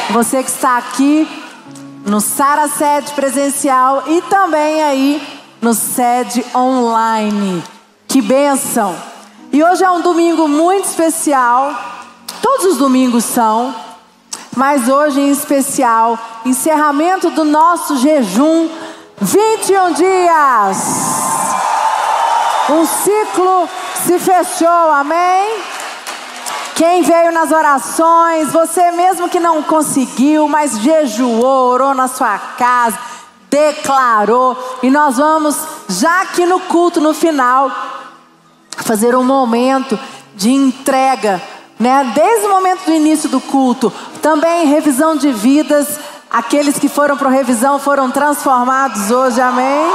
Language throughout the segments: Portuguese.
Você que está aqui no Sara Sede presencial e também aí no Sede online. Que bênção! E hoje é um domingo muito especial. Todos os domingos são, mas hoje em especial, encerramento do nosso jejum, 21 dias. Um ciclo se fechou, amém? Quem veio nas orações, você mesmo que não conseguiu, mas jejuou, orou na sua casa, declarou. E nós vamos, já aqui no culto, no final, fazer um momento de entrega, né? Desde o momento do início do culto, também revisão de vidas. Aqueles que foram para a revisão foram transformados hoje, amém?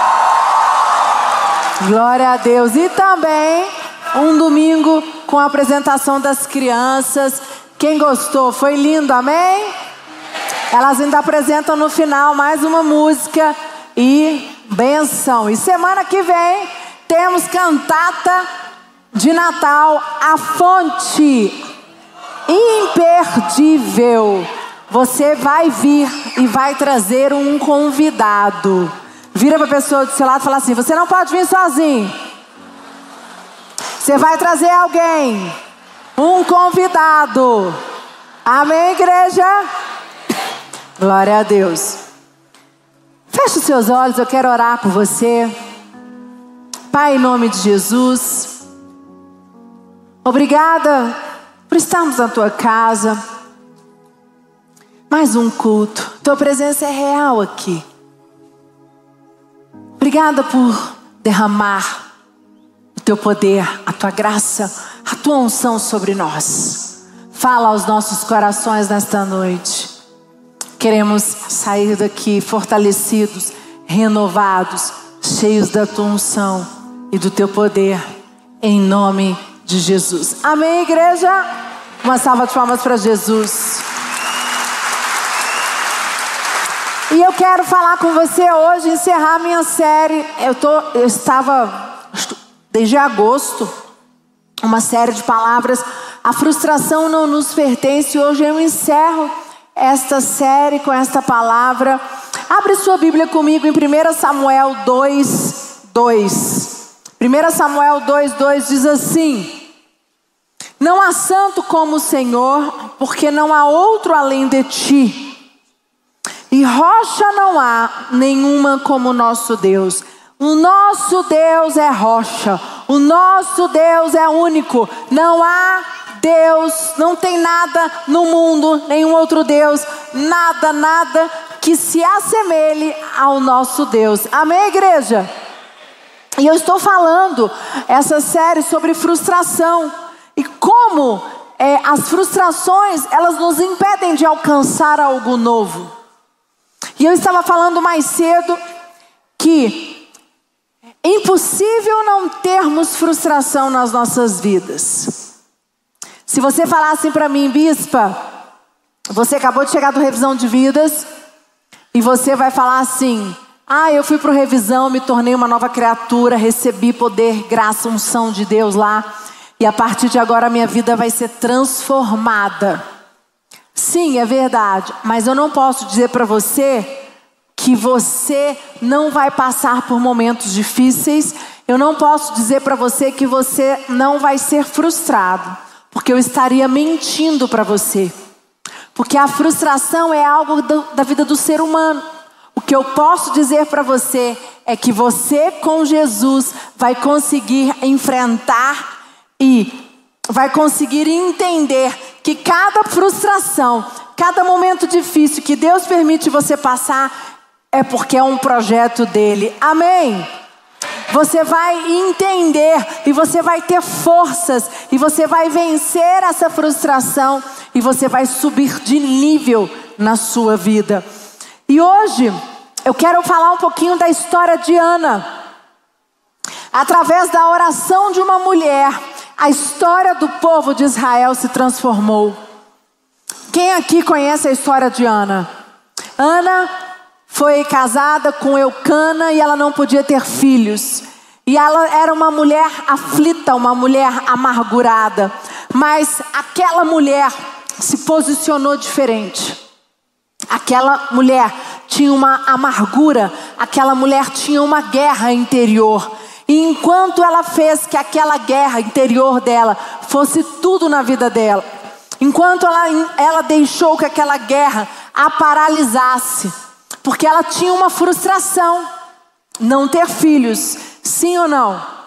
Glória a Deus. E também um domingo com a apresentação das crianças. Quem gostou? Foi lindo, amém? Elas ainda apresentam no final mais uma música e benção. E semana que vem temos cantata de Natal, A Fonte. Imperdível. Você vai vir e vai trazer um convidado. Vira para a pessoa do seu lado e fala assim: você não pode vir sozinho. Você vai trazer alguém, um convidado. Amém, igreja? Glória a Deus. Feche os seus olhos, eu quero orar por você. Pai, em nome de Jesus, obrigada por estarmos na tua casa. Mais um culto. Tua presença é real aqui. Obrigada por derramar o teu poder, a tua graça, a tua unção sobre nós. Fala aos nossos corações nesta noite. Queremos sair daqui fortalecidos, renovados, cheios da tua unção e do teu poder, em nome de Jesus. Amém, igreja? Uma salva de palmas para Jesus. E eu quero falar com você hoje, encerrar a minha série. Eu estava desde agosto, uma série de palavras. A frustração não nos pertence. Hoje eu encerro esta série com esta palavra. Abre sua Bíblia comigo em 1 Samuel 2:2. 1 Samuel 2:2 diz assim: não há santo como o Senhor, porque não há outro além de ti. E rocha não há nenhuma como o nosso Deus. O nosso Deus é rocha. O nosso Deus é único. Não há Deus, não tem nada no mundo, nenhum outro Deus, nada que se assemelhe ao nosso Deus. Amém, igreja? E eu estou falando essa série sobre frustração. E como as frustrações, elas nos impedem de alcançar algo novo. E eu estava falando mais cedo que é impossível não termos frustração nas nossas vidas. Se você falar assim para mim: bispa, você acabou de chegar do revisão de vidas, e você vai falar assim: eu fui para o revisão, me tornei uma nova criatura, recebi poder, graça, unção de Deus lá, e a partir de agora a minha vida vai ser transformada. Sim, é verdade, mas eu não posso dizer para você que você não vai passar por momentos difíceis. Eu não posso dizer para você que você não vai ser frustrado, porque eu estaria mentindo para você. Porque a frustração é algo da vida do ser humano. O que eu posso dizer para você é que você com Jesus vai conseguir enfrentar e vai conseguir entender que cada frustração, cada momento difícil que Deus permite você passar, é porque é um projeto dele. Amém? Você vai entender e você vai ter forças e você vai vencer essa frustração e você vai subir de nível na sua vida. E hoje eu quero falar um pouquinho da história de Ana. Através da oração de uma mulher, a história do povo de Israel se transformou. Quem aqui conhece a história de Ana? Ana foi casada com Eucana e ela não podia ter filhos. E ela era uma mulher aflita, uma mulher amargurada. Mas aquela mulher se posicionou diferente. Aquela mulher tinha uma amargura, aquela mulher tinha uma guerra interior. E enquanto ela fez que aquela guerra interior dela fosse tudo na vida dela, enquanto ela deixou que aquela guerra a paralisasse, porque ela tinha uma frustração, não ter filhos, sim ou não?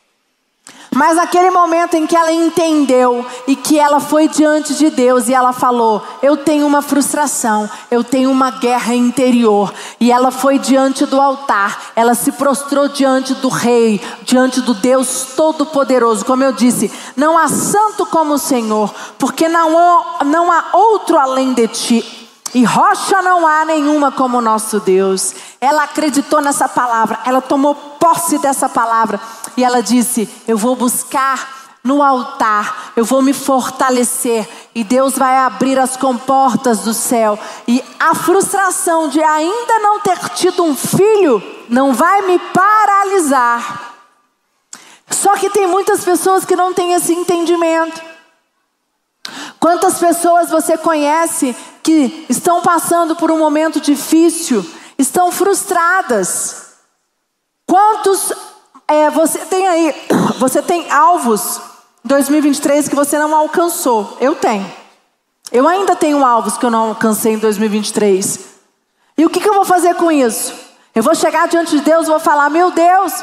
Mas naquele momento em que ela entendeu e que ela foi diante de Deus e ela falou: eu tenho uma frustração, eu tenho uma guerra interior. E ela foi diante do altar, ela se prostrou diante do rei, diante do Deus Todo-Poderoso. Como eu disse, não há santo como o Senhor, porque não há outro além de ti. E rocha não há nenhuma como o nosso Deus. Ela acreditou nessa palavra, ela tomou posse dessa palavra. E ela disse: eu vou buscar no altar, eu vou me fortalecer. E Deus vai abrir as comportas do céu. E a frustração de ainda não ter tido um filho não vai me paralisar. Só que tem muitas pessoas que não têm esse entendimento. Quantas pessoas você conhece que estão passando por um momento difícil, estão frustradas? Quantos você tem aí? Você tem alvos 2023 que você não alcançou? Eu tenho. Eu ainda tenho alvos que eu não alcancei em 2023. E o que eu vou fazer com isso? Eu vou chegar diante de Deus e vou falar: meu Deus,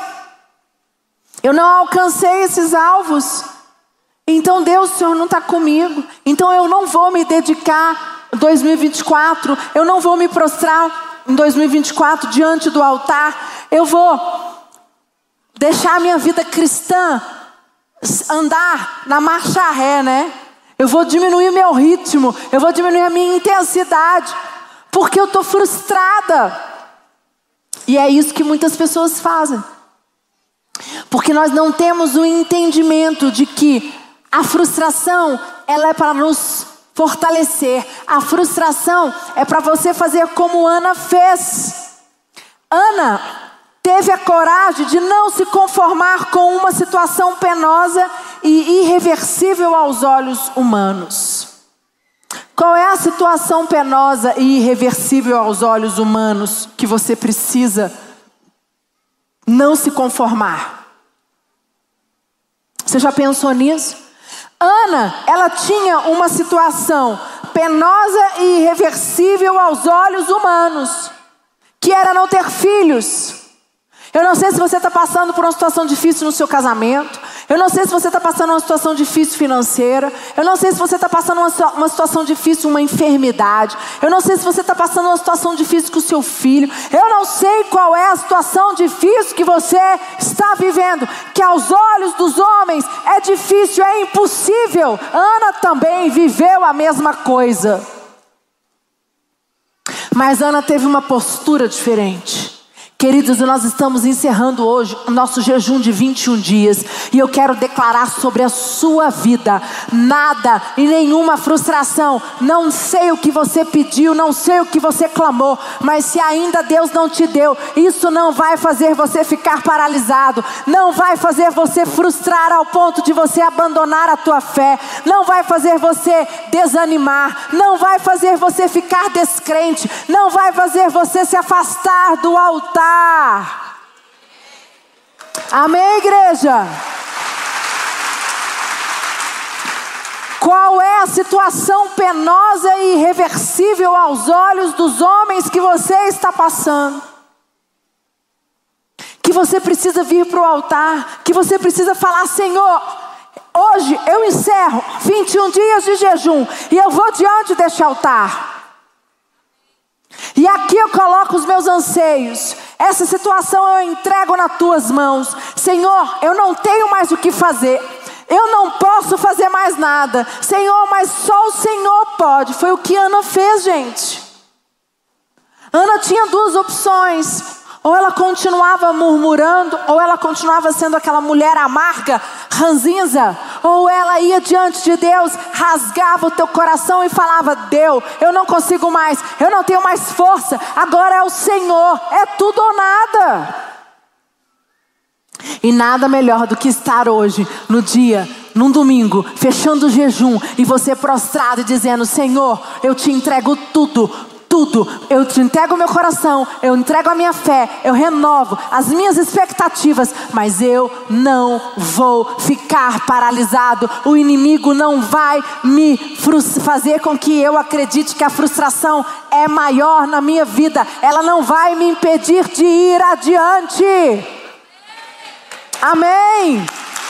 eu não alcancei esses alvos. Então Deus, o Senhor não está comigo. Então eu não vou me dedicar em 2024. Eu não vou me prostrar em 2024 diante do altar. Eu vou deixar a minha vida cristã andar na marcha ré, né? Eu vou diminuir meu ritmo. Eu vou diminuir a minha intensidade. Porque eu estou frustrada. E é isso que muitas pessoas fazem. Porque nós não temos o entendimento de que a frustração, ela é para nos fortalecer. A frustração é para você fazer como Ana fez. Ana teve a coragem de não se conformar com uma situação penosa e irreversível aos olhos humanos. Qual é a situação penosa e irreversível aos olhos humanos que você precisa não se conformar? Você já pensou nisso? Ana, ela tinha uma situação penosa e irreversível aos olhos humanos, que era não ter filhos. Eu não sei se você está passando por uma situação difícil no seu casamento. Eu não sei se você está passando uma situação difícil financeira. Eu não sei se você está passando uma situação difícil, uma enfermidade. Eu não sei se você está passando uma situação difícil com o seu filho. Eu não sei qual é a situação difícil que você está vivendo, que aos olhos dos homens é difícil, é impossível. Ana também viveu a mesma coisa. Mas Ana teve uma postura diferente. Queridos, nós estamos encerrando hoje o nosso jejum de 21 dias. E eu quero declarar sobre a sua vida: nada e nenhuma frustração. Não sei o que você pediu, não sei o que você clamou, mas se ainda Deus não te deu, isso não vai fazer você ficar paralisado. Não vai fazer você frustrar ao ponto de você abandonar a tua fé. Não vai fazer você desanimar. Não vai fazer você ficar descrente. Não vai fazer você se afastar do altar. Amém, igreja? Qual é a situação penosa e irreversível aos olhos dos homens que você está passando? Que você precisa vir para o altar, que você precisa falar: Senhor, hoje eu encerro 21 dias de jejum e eu vou diante deste altar. E aqui eu coloco os meus anseios. Essa situação eu entrego nas tuas mãos. Senhor, eu não tenho mais o que fazer. Eu não posso fazer mais nada. Senhor, mas só o Senhor pode. Foi o que Ana fez, gente. Ana tinha duas opções. Ou ela continuava murmurando, ou ela continuava sendo aquela mulher amarga, ranzinza. Ou ela ia diante de Deus, rasgava o teu coração e falava: Deus, eu não consigo mais, eu não tenho mais força, agora é o Senhor, é tudo ou nada. E nada melhor do que estar hoje, no dia num domingo, fechando o jejum, e você prostrado e dizendo: Senhor, eu te entrego tudo, eu te entrego o meu coração, eu entrego a minha fé, eu renovo as minhas expectativas, mas eu não vou ficar paralisado. O inimigo não vai me fazer com que eu acredite que a frustração é maior na minha vida. Ela não vai me impedir de ir adiante. Amém.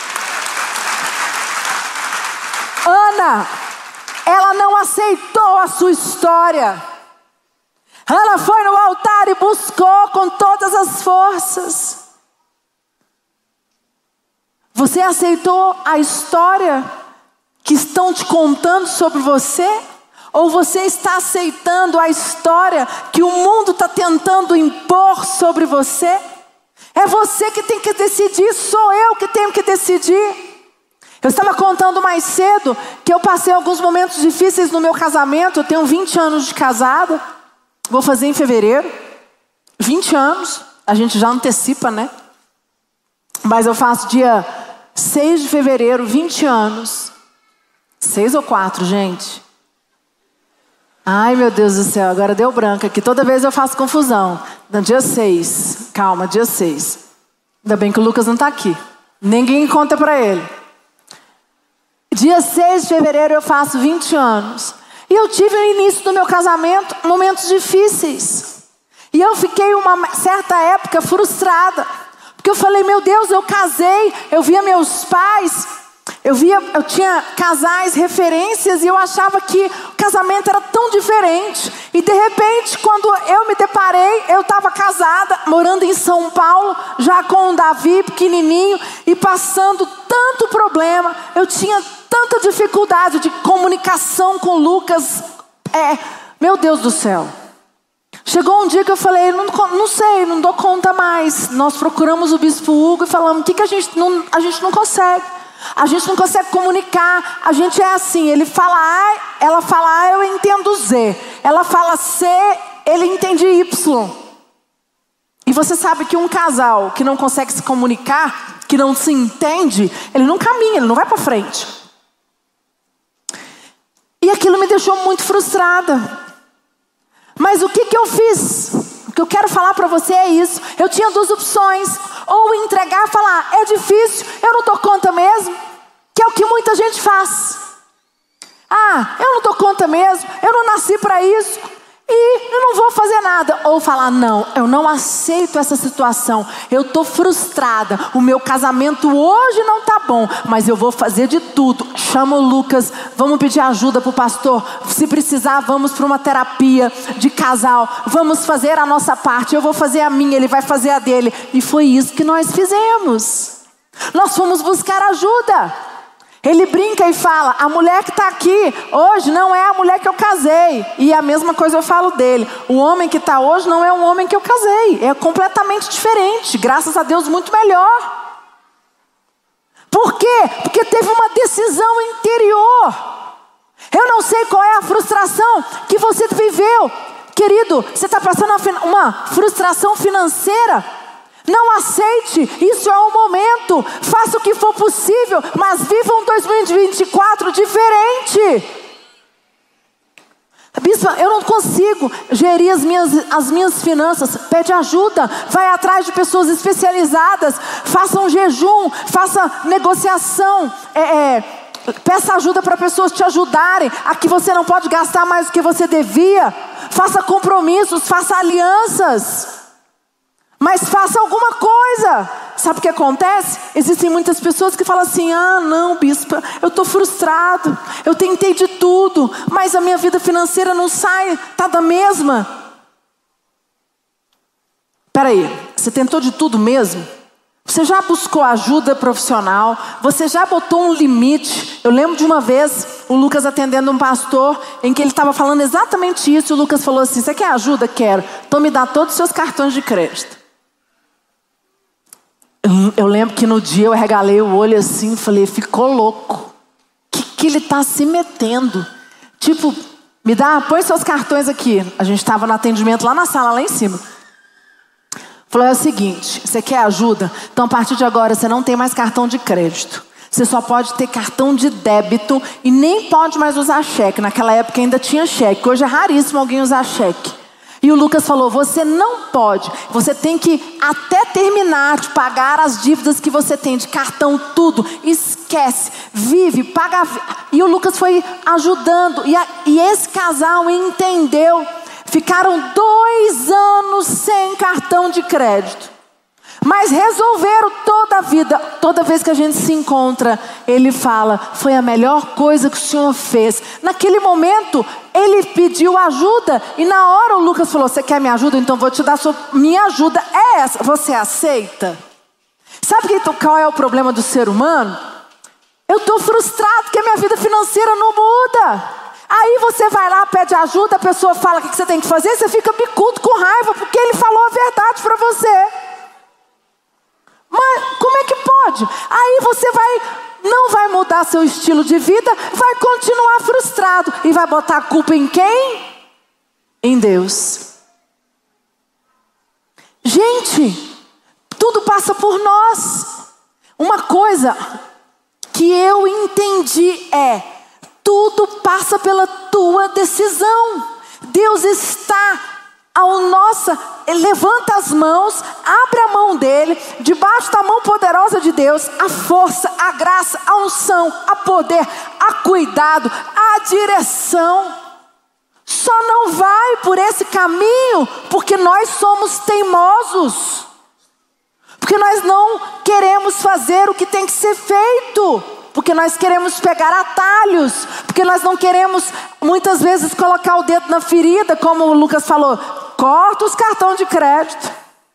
Ana, ela não aceitou a sua história. Ela foi no altar e buscou com todas as forças. Você aceitou a história que estão te contando sobre você? Ou você está aceitando a história que o mundo está tentando impor sobre você? É você que tem que decidir, sou eu que tenho que decidir. Eu estava contando mais cedo que eu passei alguns momentos difíceis no meu casamento. Eu tenho 20 anos de casada. Vou fazer em fevereiro, 20 anos, a gente já antecipa, né? Mas eu faço dia 6 de fevereiro, 20 anos. 6 ou 4, gente? Ai, meu Deus do céu, agora deu branco aqui. Toda vez eu faço confusão. No dia 6, calma, dia 6. Ainda bem que o Lucas não está aqui. Ninguém conta para ele. Dia 6 de fevereiro eu faço 20 anos. E eu tive no início do meu casamento momentos difíceis. E eu fiquei uma certa época frustrada. Porque eu falei: meu Deus, eu casei, eu via meus pais, eu tinha casais, referências, e eu achava que o casamento era tão diferente. E de repente, quando eu me deparei, eu estava casada, morando em São Paulo, já com o Davi pequenininho, e passando tanto problema. Eu tinha tanta dificuldade de comunicação com o Lucas. Meu Deus do céu. Chegou um dia que eu falei: não sei, não dou conta mais. Nós procuramos o bispo Hugo e falamos: o que a gente não consegue? A gente não consegue comunicar. A gente é assim, ele fala A, ela fala A, eu entendo Z. Ela fala C, ele entende Y. E você sabe que um casal que não consegue se comunicar, que não se entende, ele não caminha, ele não vai para frente. E aquilo me deixou muito frustrada. Mas o que eu fiz? O que eu quero falar para você é isso. Eu tinha duas opções: ou entregar e falar: é difícil, eu não dou conta mesmo. Que é o que muita gente faz. Eu não dou conta mesmo, eu não nasci para isso, e eu não vou fazer nada. Ou falar: não, eu não aceito essa situação, eu estou frustrada, o meu casamento hoje não está bom, mas eu vou fazer de tudo. Chama o Lucas, vamos pedir ajuda para o pastor, se precisar vamos para uma terapia de casal, vamos fazer a nossa parte, eu vou fazer a minha, ele vai fazer a dele. E foi isso que nós fizemos. Nós fomos buscar ajuda. Ele brinca e fala: a mulher que está aqui hoje não é a mulher que eu casei. E a mesma coisa eu falo dele: o homem que está hoje não é o homem que eu casei. É completamente diferente, graças a Deus muito melhor. Por quê? Porque teve uma decisão interior. Eu não sei qual é a frustração que você viveu. Querido, você está passando uma frustração financeira? Não aceite, isso é um momento. Faça o que for possível, mas viva um 2024 diferente. Bispo, eu não consigo gerir as minhas finanças. Pede ajuda, vai atrás de pessoas especializadas. Faça um jejum, faça negociação, peça ajuda para pessoas te ajudarem. Aqui você não pode gastar mais do que você devia. Faça compromissos, faça alianças. Mas faça alguma coisa. Sabe o que acontece? Existem muitas pessoas que falam assim: não, bispa, eu estou frustrado, eu tentei de tudo, mas a minha vida financeira não sai, está da mesma. Peraí, você tentou de tudo mesmo? Você já buscou ajuda profissional? Você já botou um limite? Eu lembro de uma vez, o Lucas atendendo um pastor, em que ele estava falando exatamente isso. E o Lucas falou assim: você quer ajuda? Quero. Então me dá todos os seus cartões de crédito. Eu lembro que no dia eu regalei o olho assim, falei: ficou louco. Que ele está se metendo? Tipo, põe seus cartões aqui. A gente estava no atendimento lá na sala, lá em cima. Falou: é o seguinte, você quer ajuda? Então a partir de agora você não tem mais cartão de crédito. Você só pode ter cartão de débito e nem pode mais usar cheque. Naquela época ainda tinha cheque. Hoje é raríssimo alguém usar cheque. E o Lucas falou, você não pode. Você tem que até terminar de pagar as dívidas que você tem de cartão, tudo. Esquece, vive, paga. E o Lucas foi ajudando. E esse casal entendeu. Ficaram 2 anos sem cartão de crédito. Mas resolveram toda a vida. Toda vez que a gente se encontra, ele fala, foi a melhor coisa que o Senhor fez. Naquele momento, ele pediu ajuda. E na hora o Lucas falou, você quer minha ajuda? Então vou te dar minha ajuda é essa. Você aceita? Sabe qual é o problema do ser humano? Eu estou frustrado porque a minha vida financeira não muda. Aí você vai lá, pede ajuda, a pessoa fala o que você tem que fazer, você fica bicudo com raiva porque ele falou a verdade para você. Mas como é que pode? Aí você não vai mudar seu estilo de vida, vai continuar frustrado. E vai botar a culpa em quem? Em Deus. Gente, tudo passa por nós. Uma coisa que eu entendi tudo passa pela tua decisão. Deus está levanta as mãos, abre a mão dele, debaixo da mão poderosa de Deus, a força, a graça, a unção, a poder, a cuidado, a direção. Só não vai por esse caminho porque nós somos teimosos, porque nós não queremos fazer o que tem que ser feito, porque nós queremos pegar atalhos, porque nós não queremos muitas vezes colocar o dedo na ferida, como o Lucas falou. Corta os cartões de crédito.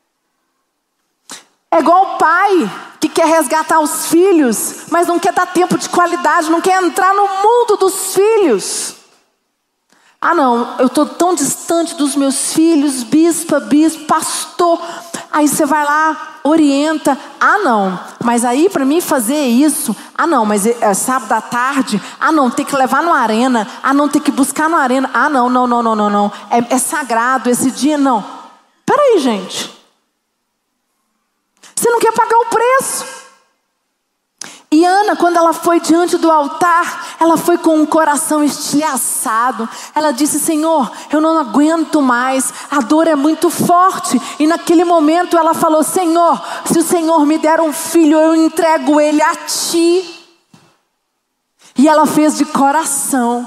É igual o pai que quer resgatar os filhos, mas não quer dar tempo de qualidade, não quer entrar no mundo dos filhos. Ah não, eu estou tão distante dos meus filhos, bispo, pastor. Aí você vai lá, orienta. Ah não, mas aí para mim fazer isso. Ah não, mas é sábado à tarde. Ah não, tem que levar no arena. Ah não, tem que buscar no arena. Ah não. É sagrado esse dia, não. Peraí, gente. Você não quer pagar o preço. E Ana, quando ela foi diante do altar, ela foi com um coração estilhaçado. Ela disse, Senhor, eu não aguento mais, a dor é muito forte. E naquele momento ela falou, Senhor, se o Senhor me der um filho, eu entrego ele a Ti. E ela fez de coração.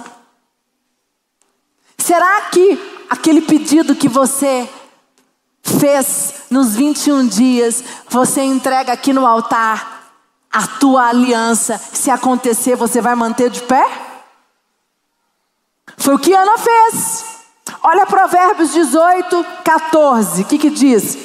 Será que aquele pedido que você fez nos 21 dias, você entrega aqui no altar? A tua aliança, se acontecer, você vai manter de pé? Foi o que Ana fez. Olha Provérbios 18, 14. O que diz?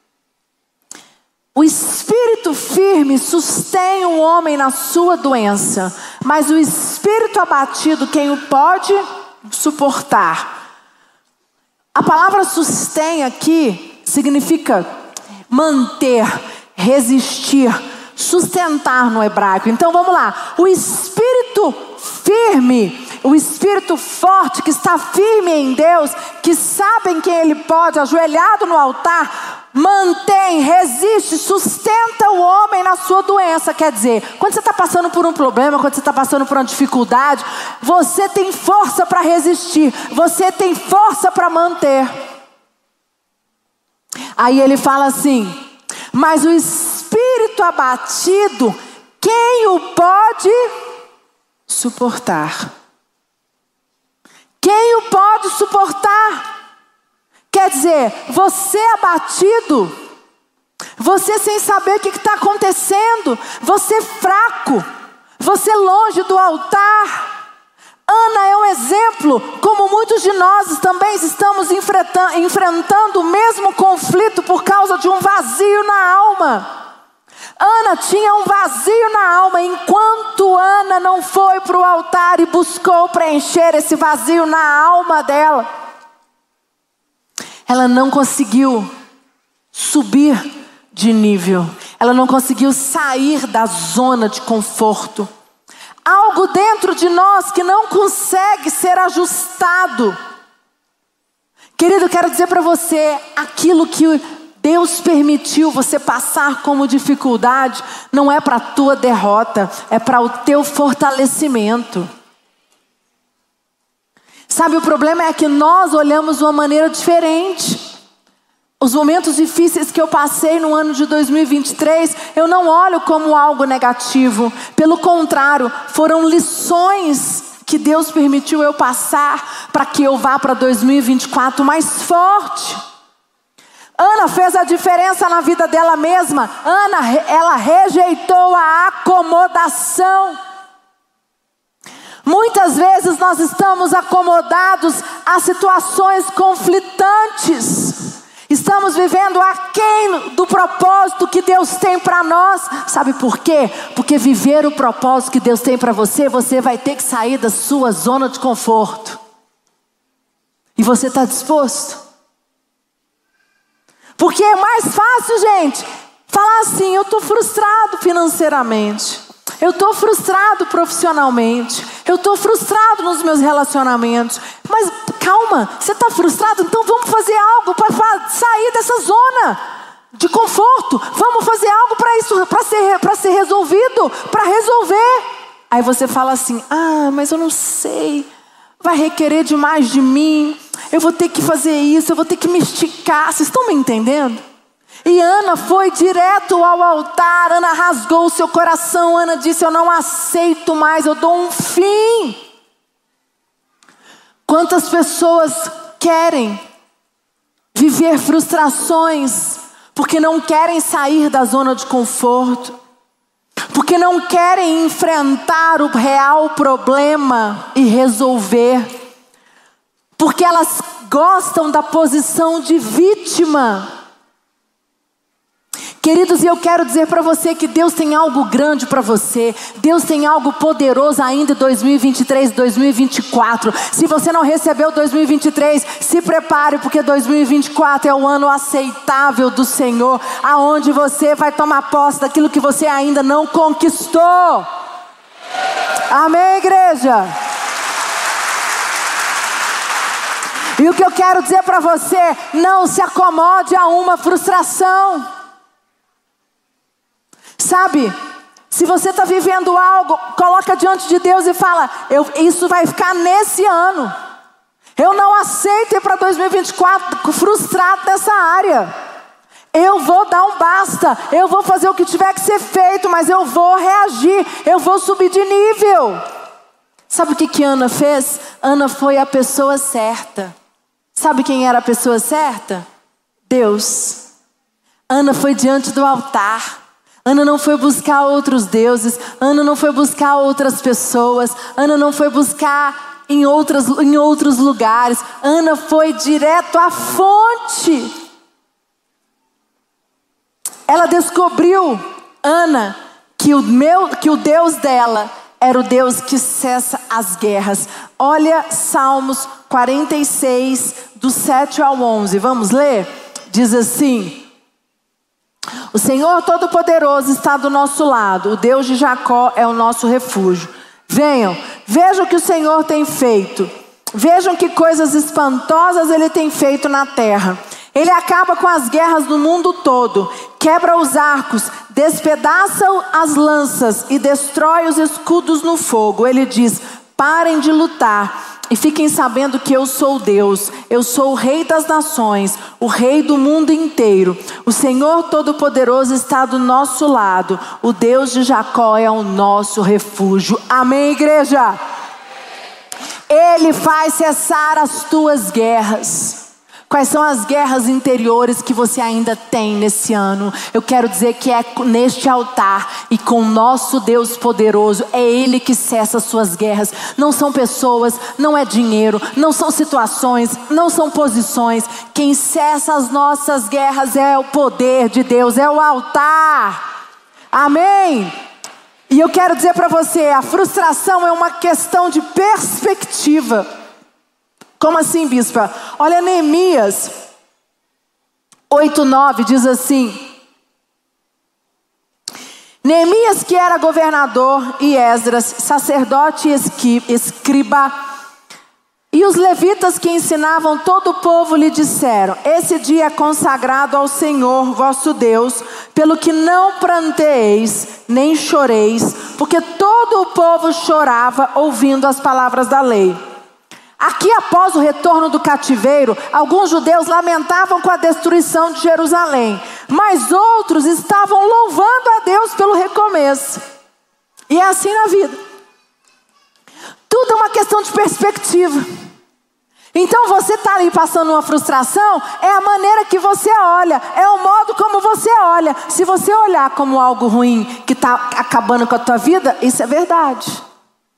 O espírito firme sustém o homem na sua doença, mas o espírito abatido, quem o pode suportar? A palavra sustém aqui significa manter, resistir, sustentar no hebraico. Então vamos lá. O espírito firme, o espírito forte que está firme em Deus, que sabe em quem ele pode, ajoelhado no altar, mantém, resiste, sustenta o homem na sua doença. Quer dizer, quando você está passando por um problema, quando você está passando por uma dificuldade, você tem força para resistir, você tem força para manter. Aí ele fala assim, mas o espírito abatido, quem o pode suportar? Quem o pode suportar? Quer dizer, você abatido, você sem saber o que está acontecendo, você fraco, você longe do altar. Ana é um exemplo, como muitos de nós também estamos enfrentando o mesmo conflito por causa de um vazio na alma. Ana tinha um vazio na alma. Enquanto Ana não foi para o altar e buscou preencher esse vazio na alma dela, ela não conseguiu subir de nível. Ela não conseguiu sair da zona de conforto. Algo dentro de nós que não consegue ser ajustado. Querido, eu quero dizer para você, aquilo que Deus permitiu você passar como dificuldade, não é para a tua derrota, é para o teu fortalecimento. Sabe, o problema é que nós olhamos de uma maneira diferente. Os momentos difíceis que eu passei no ano de 2023, eu não olho como algo negativo. Pelo contrário, foram lições que Deus permitiu eu passar para que eu vá para 2024 mais forte. Ana fez a diferença na vida dela mesma. Ana, ela rejeitou a acomodação. Muitas vezes nós estamos acomodados a situações conflitantes. Estamos vivendo aquém do propósito que Deus tem para nós. Sabe por quê? Porque viver o propósito que Deus tem para você, você vai ter que sair da sua zona de conforto. E você está disposto? Porque é mais fácil, gente, falar assim: eu estou frustrado financeiramente. Eu estou frustrado profissionalmente. Eu estou frustrado nos meus relacionamentos. Mas calma, você está frustrado? Então vamos fazer algo para sair dessa zona de conforto. Vamos fazer algo para isso, para ser resolvido, para resolver. Aí você fala assim: ah, mas eu não sei. Vai requerer demais de mim. Eu vou ter que fazer isso, eu vou ter que me esticar. Vocês estão me entendendo? E Ana foi direto ao altar. Ana rasgou o seu coração. Ana disse: eu não aceito mais, eu dou um fim. Quantas pessoas querem viver frustrações porque não querem sair da zona de conforto, porque não querem enfrentar o real problema e resolver, porque elas gostam da posição de vítima. Queridos, e eu quero dizer para você que Deus tem algo grande para você. Deus tem algo poderoso ainda em 2023, 2024. Se você não recebeu 2023, se prepare, porque 2024 é o ano aceitável do Senhor, aonde você vai tomar posse daquilo que você ainda não conquistou. Amém, igreja? E o que eu quero dizer para você: não se acomode a uma frustração. Sabe, se você está vivendo algo, coloca diante de Deus e fala: isso vai ficar nesse ano. Eu não aceito ir para 2024 frustrado nessa área. Eu vou dar um basta. Eu vou fazer o que tiver que ser feito, mas eu vou reagir. Eu vou subir de nível. Sabe o que Ana fez? Ana foi a pessoa certa. Sabe quem era a pessoa certa? Deus. Ana foi diante do altar. Ana não foi buscar outros deuses. Ana não foi buscar outras pessoas. Ana não foi buscar em outros lugares. Ana foi direto à fonte. Ela descobriu, Ana, que o Deus dela era o Deus que cessa as guerras. Olha Salmos 46, do 7 ao 11. Vamos ler? Diz assim: o Senhor Todo-Poderoso está do nosso lado. O Deus de Jacó é o nosso refúgio. Venham, vejam o que o Senhor tem feito. Vejam que coisas espantosas Ele tem feito na terra. Ele acaba com as guerras do mundo todo. Quebra os arcos, despedaça as lanças e destrói os escudos no fogo. Ele diz: parem de lutar e fiquem sabendo que eu sou Deus. Eu sou o Rei das nações, o Rei do mundo inteiro. O Senhor Todo-Poderoso está do nosso lado. O Deus de Jacó é o nosso refúgio. Amém, igreja? Ele faz cessar as tuas guerras. Quais são as guerras interiores que você ainda tem nesse ano? Eu quero dizer que é neste altar e com o nosso Deus poderoso. É Ele que cessa as suas guerras. Não são pessoas, não é dinheiro, não são situações, não são posições. Quem cessa as nossas guerras é o poder de Deus, é o altar. Amém? E eu quero dizer para você, a frustração é uma questão de perspectiva. Como assim, bispa? Olha, Neemias 8:9 diz assim: Neemias, que era governador, e Esdras, sacerdote e escriba, E os levitas que ensinavam todo o povo lhe disseram: esse dia é consagrado ao Senhor vosso Deus, pelo que não pranteeis, nem choreis, porque todo o povo chorava ouvindo as palavras da lei. Aqui, após o retorno do cativeiro, alguns judeus lamentavam com a destruição de Jerusalém, mas outros estavam louvando a Deus pelo recomeço. E é assim na vida. Tudo é uma questão de perspectiva. Então você está ali passando uma frustração, é a maneira que você olha, é o modo como você olha. Se você olhar como algo ruim que está acabando com a tua vida, isso é verdade.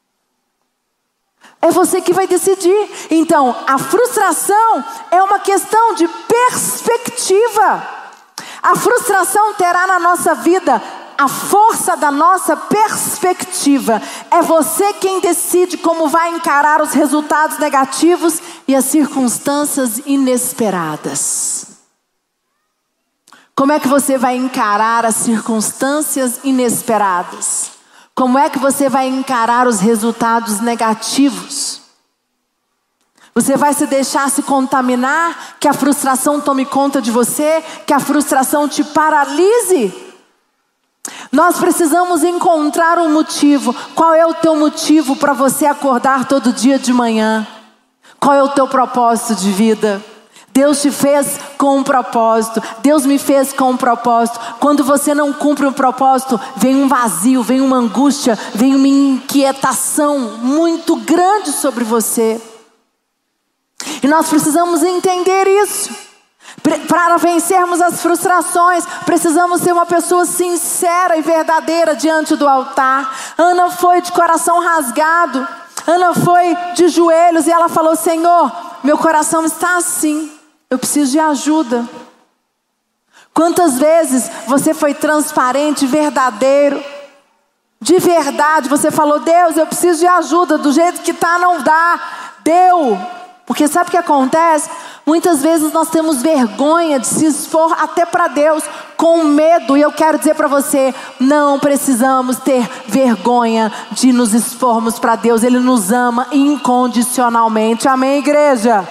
É você que vai decidir. Então, a frustração é uma questão de perspectiva. A frustração terá na nossa vida a força da nossa perspectiva. É você quem decide como vai encarar os resultados negativos e as circunstâncias inesperadas. Como é que você vai encarar as circunstâncias inesperadas? Como é que você vai encarar os resultados negativos? Você vai se deixar se contaminar, que a frustração tome conta de você, que a frustração te paralise? Nós precisamos encontrar um motivo. Qual é o teu motivo para você acordar todo dia de manhã? Qual é o teu propósito de vida? Deus te fez com um propósito. Deus me fez com um propósito. Quando você não cumpre um propósito, vem um vazio, vem uma angústia, vem uma inquietação muito grande sobre você. E nós precisamos entender isso. Para vencermos as frustrações, precisamos ser uma pessoa sincera e verdadeira diante do altar. Ana foi de coração rasgado. Ana foi de joelhos e ela falou: Senhor, meu coração está assim. Eu preciso de ajuda. Quantas vezes você foi transparente, verdadeiro? De verdade, você falou: Deus, eu preciso de ajuda. Do jeito que está, não dá. Deu. Porque sabe o que acontece? Muitas vezes nós temos vergonha de se expor até para Deus, com medo. E eu quero dizer para você, não precisamos ter vergonha de nos expormos para Deus. Ele nos ama incondicionalmente. Amém, igreja?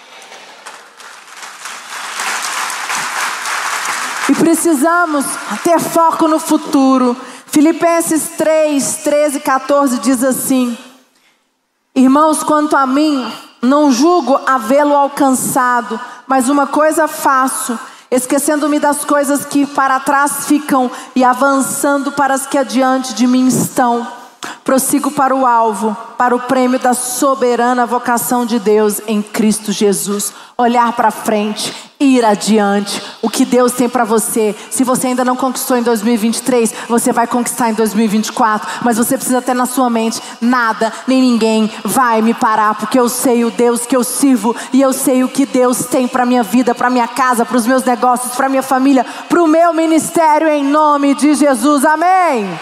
E precisamos ter foco no futuro. Filipenses 3, 13 e 14 diz assim: irmãos, quanto a mim, não julgo havê-lo alcançado, mas uma coisa faço, esquecendo-me das coisas que para trás ficam e avançando para as que adiante de mim estão. Prossigo para o alvo, para o prêmio da soberana vocação de Deus em Cristo Jesus. Olhar para frente, ir adiante. O que Deus tem para você. Se você ainda não conquistou em 2023, você vai conquistar em 2024. Mas você precisa ter na sua mente: nada, nem ninguém vai me parar, porque eu sei o Deus que eu sirvo. E eu sei o que Deus tem para minha vida, para minha casa, para os meus negócios, para minha família, para o meu ministério, em nome de Jesus. Amém.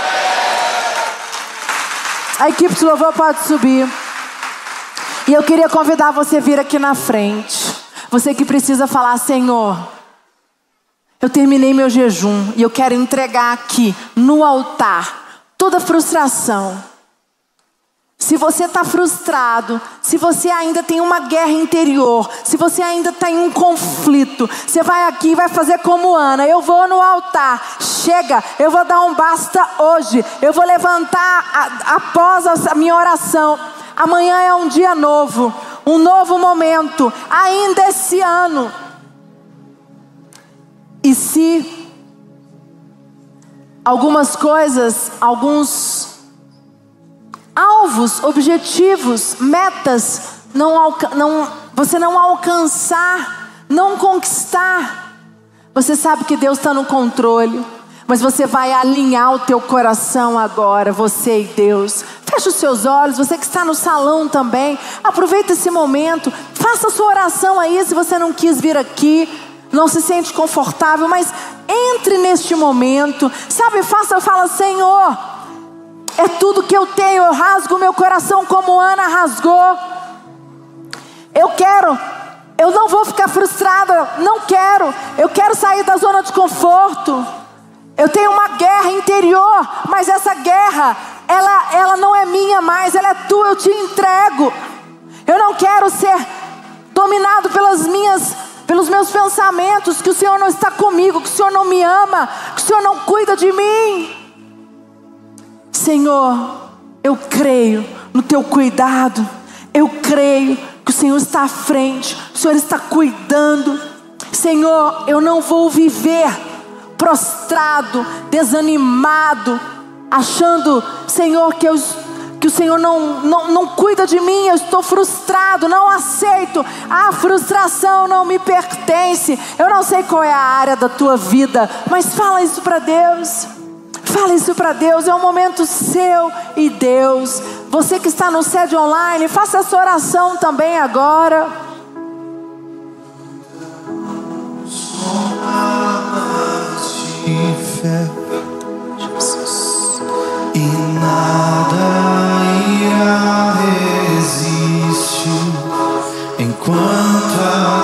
A equipe de louvor pode subir. E eu queria convidar você a vir aqui na frente. Você que precisa falar: Senhor, eu terminei meu jejum e eu quero entregar aqui no altar toda frustração. Se você está frustrado, se você ainda tem uma guerra interior, se você ainda está em um conflito, você vai aqui e vai fazer como Ana: eu vou no altar, chega, eu vou dar um basta hoje, eu vou levantar após a minha oração. Amanhã é um dia novo, um novo momento, ainda esse ano. E se algumas coisas, alguns alvos, objetivos, metas, você não alcançar, não conquistar, você sabe que Deus está no controle. Mas você vai alinhar o teu coração agora, você e Deus. Fecha os seus olhos, você que está no salão também. Aproveita esse momento, faça a sua oração aí. Se você não quis vir aqui, não se sente confortável, mas entre neste momento, sabe, fala: Senhor, é tudo que eu tenho. Eu rasgo o meu coração como Ana rasgou. Eu não vou ficar frustrada, não quero. Eu quero sair da zona de conforto. Eu tenho uma guerra interior, mas essa guerra, ela não é minha mais, ela é tua, eu te entrego. Eu não quero ser dominado pelos meus pensamentos, que o Senhor não está comigo, que o Senhor não me ama, que o Senhor não cuida de mim. Senhor, eu creio no teu cuidado, eu creio que o Senhor está à frente, o Senhor está cuidando. Senhor, eu não vou viver prostrado, desanimado, achando, Senhor, que o Senhor não cuida de mim. Eu estou frustrado, não aceito. A frustração não me pertence. Eu não sei qual é a área da tua vida, mas fala isso para Deus. Fala isso para Deus. É um momento seu e Deus. Você que está no sede online, faça essa oração também agora. Fé, Jesus, e nada irá resistir enquanto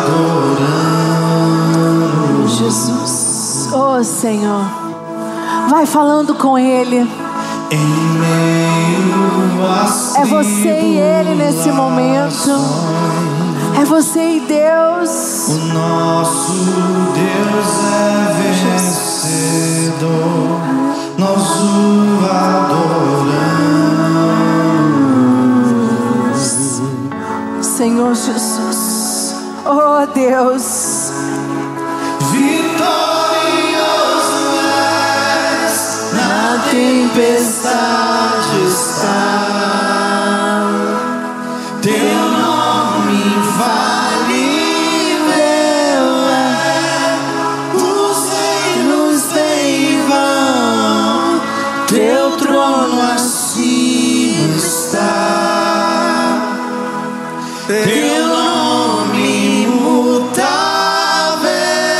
adoramos. Jesus, oh Senhor, vai falando com Ele. Em meio às É você e Ele nesse momento. É você e Deus. o nosso Deus é vencedor, nós o adoramos. Senhor Jesus, oh Deus, Vitorioso és, na tempestade está, teu nome infalível é, os reinos vêm e vão, teu trono acima está, teu nome imutável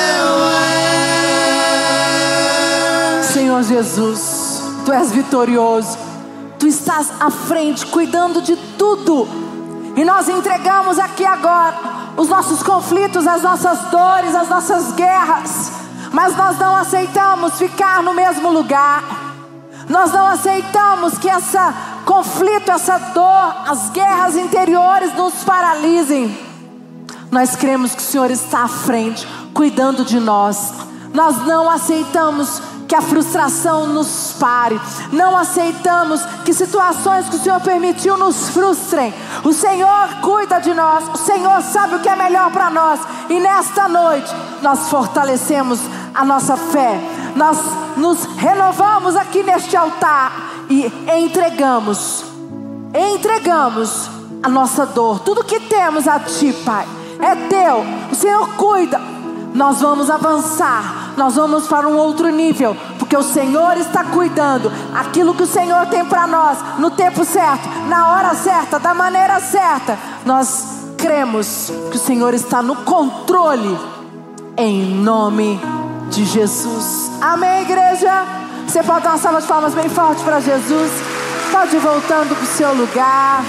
é. Senhor Jesus, Tu és vitorioso. Tu estás à frente, cuidando de tudo. E nós entregamos aqui agora os nossos conflitos, as nossas dores, as nossas guerras. Mas nós não aceitamos ficar no mesmo lugar. Nós não aceitamos que esse conflito, essa dor, as guerras interiores nos paralisem. Nós cremos que o Senhor está à frente, cuidando de nós. Nós não aceitamos que a frustração nos pare. Não aceitamos que situações que o Senhor permitiu nos frustrem. O Senhor cuida de nós. O Senhor sabe o que é melhor para nós. E nesta noite nós fortalecemos a nossa fé. Nós nos renovamos aqui neste altar e entregamos a nossa dor. Tudo que temos a Ti, Pai, é Teu. O Senhor cuida. Nós vamos avançar, nós vamos para um outro nível, porque o Senhor está cuidando. Aquilo que o Senhor tem para nós, no tempo certo, na hora certa, da maneira certa, nós cremos que o Senhor está no controle, em nome de Jesus. Amém, igreja? Você pode dar uma salva de palmas bem forte para Jesus. Pode ir voltando para o seu lugar.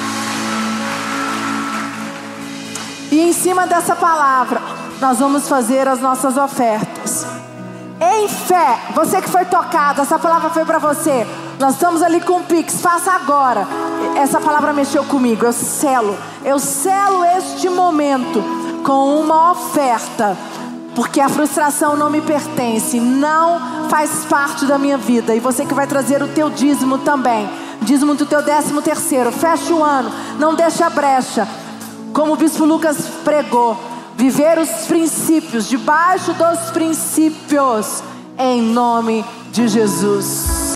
E em cima dessa palavra, nós vamos fazer as nossas ofertas. Em fé, você que foi tocado, essa palavra foi para você. Nós estamos ali com o Pix, faça agora. Essa palavra mexeu comigo, eu selo este momento com uma oferta. Porque a frustração não me pertence, não faz parte da minha vida. E você que vai trazer o teu dízimo também, dízimo do teu 13º, fecha o ano, não deixa brecha. Como o Bispo Lucas pregou, viver os princípios, debaixo dos princípios, em nome de Jesus.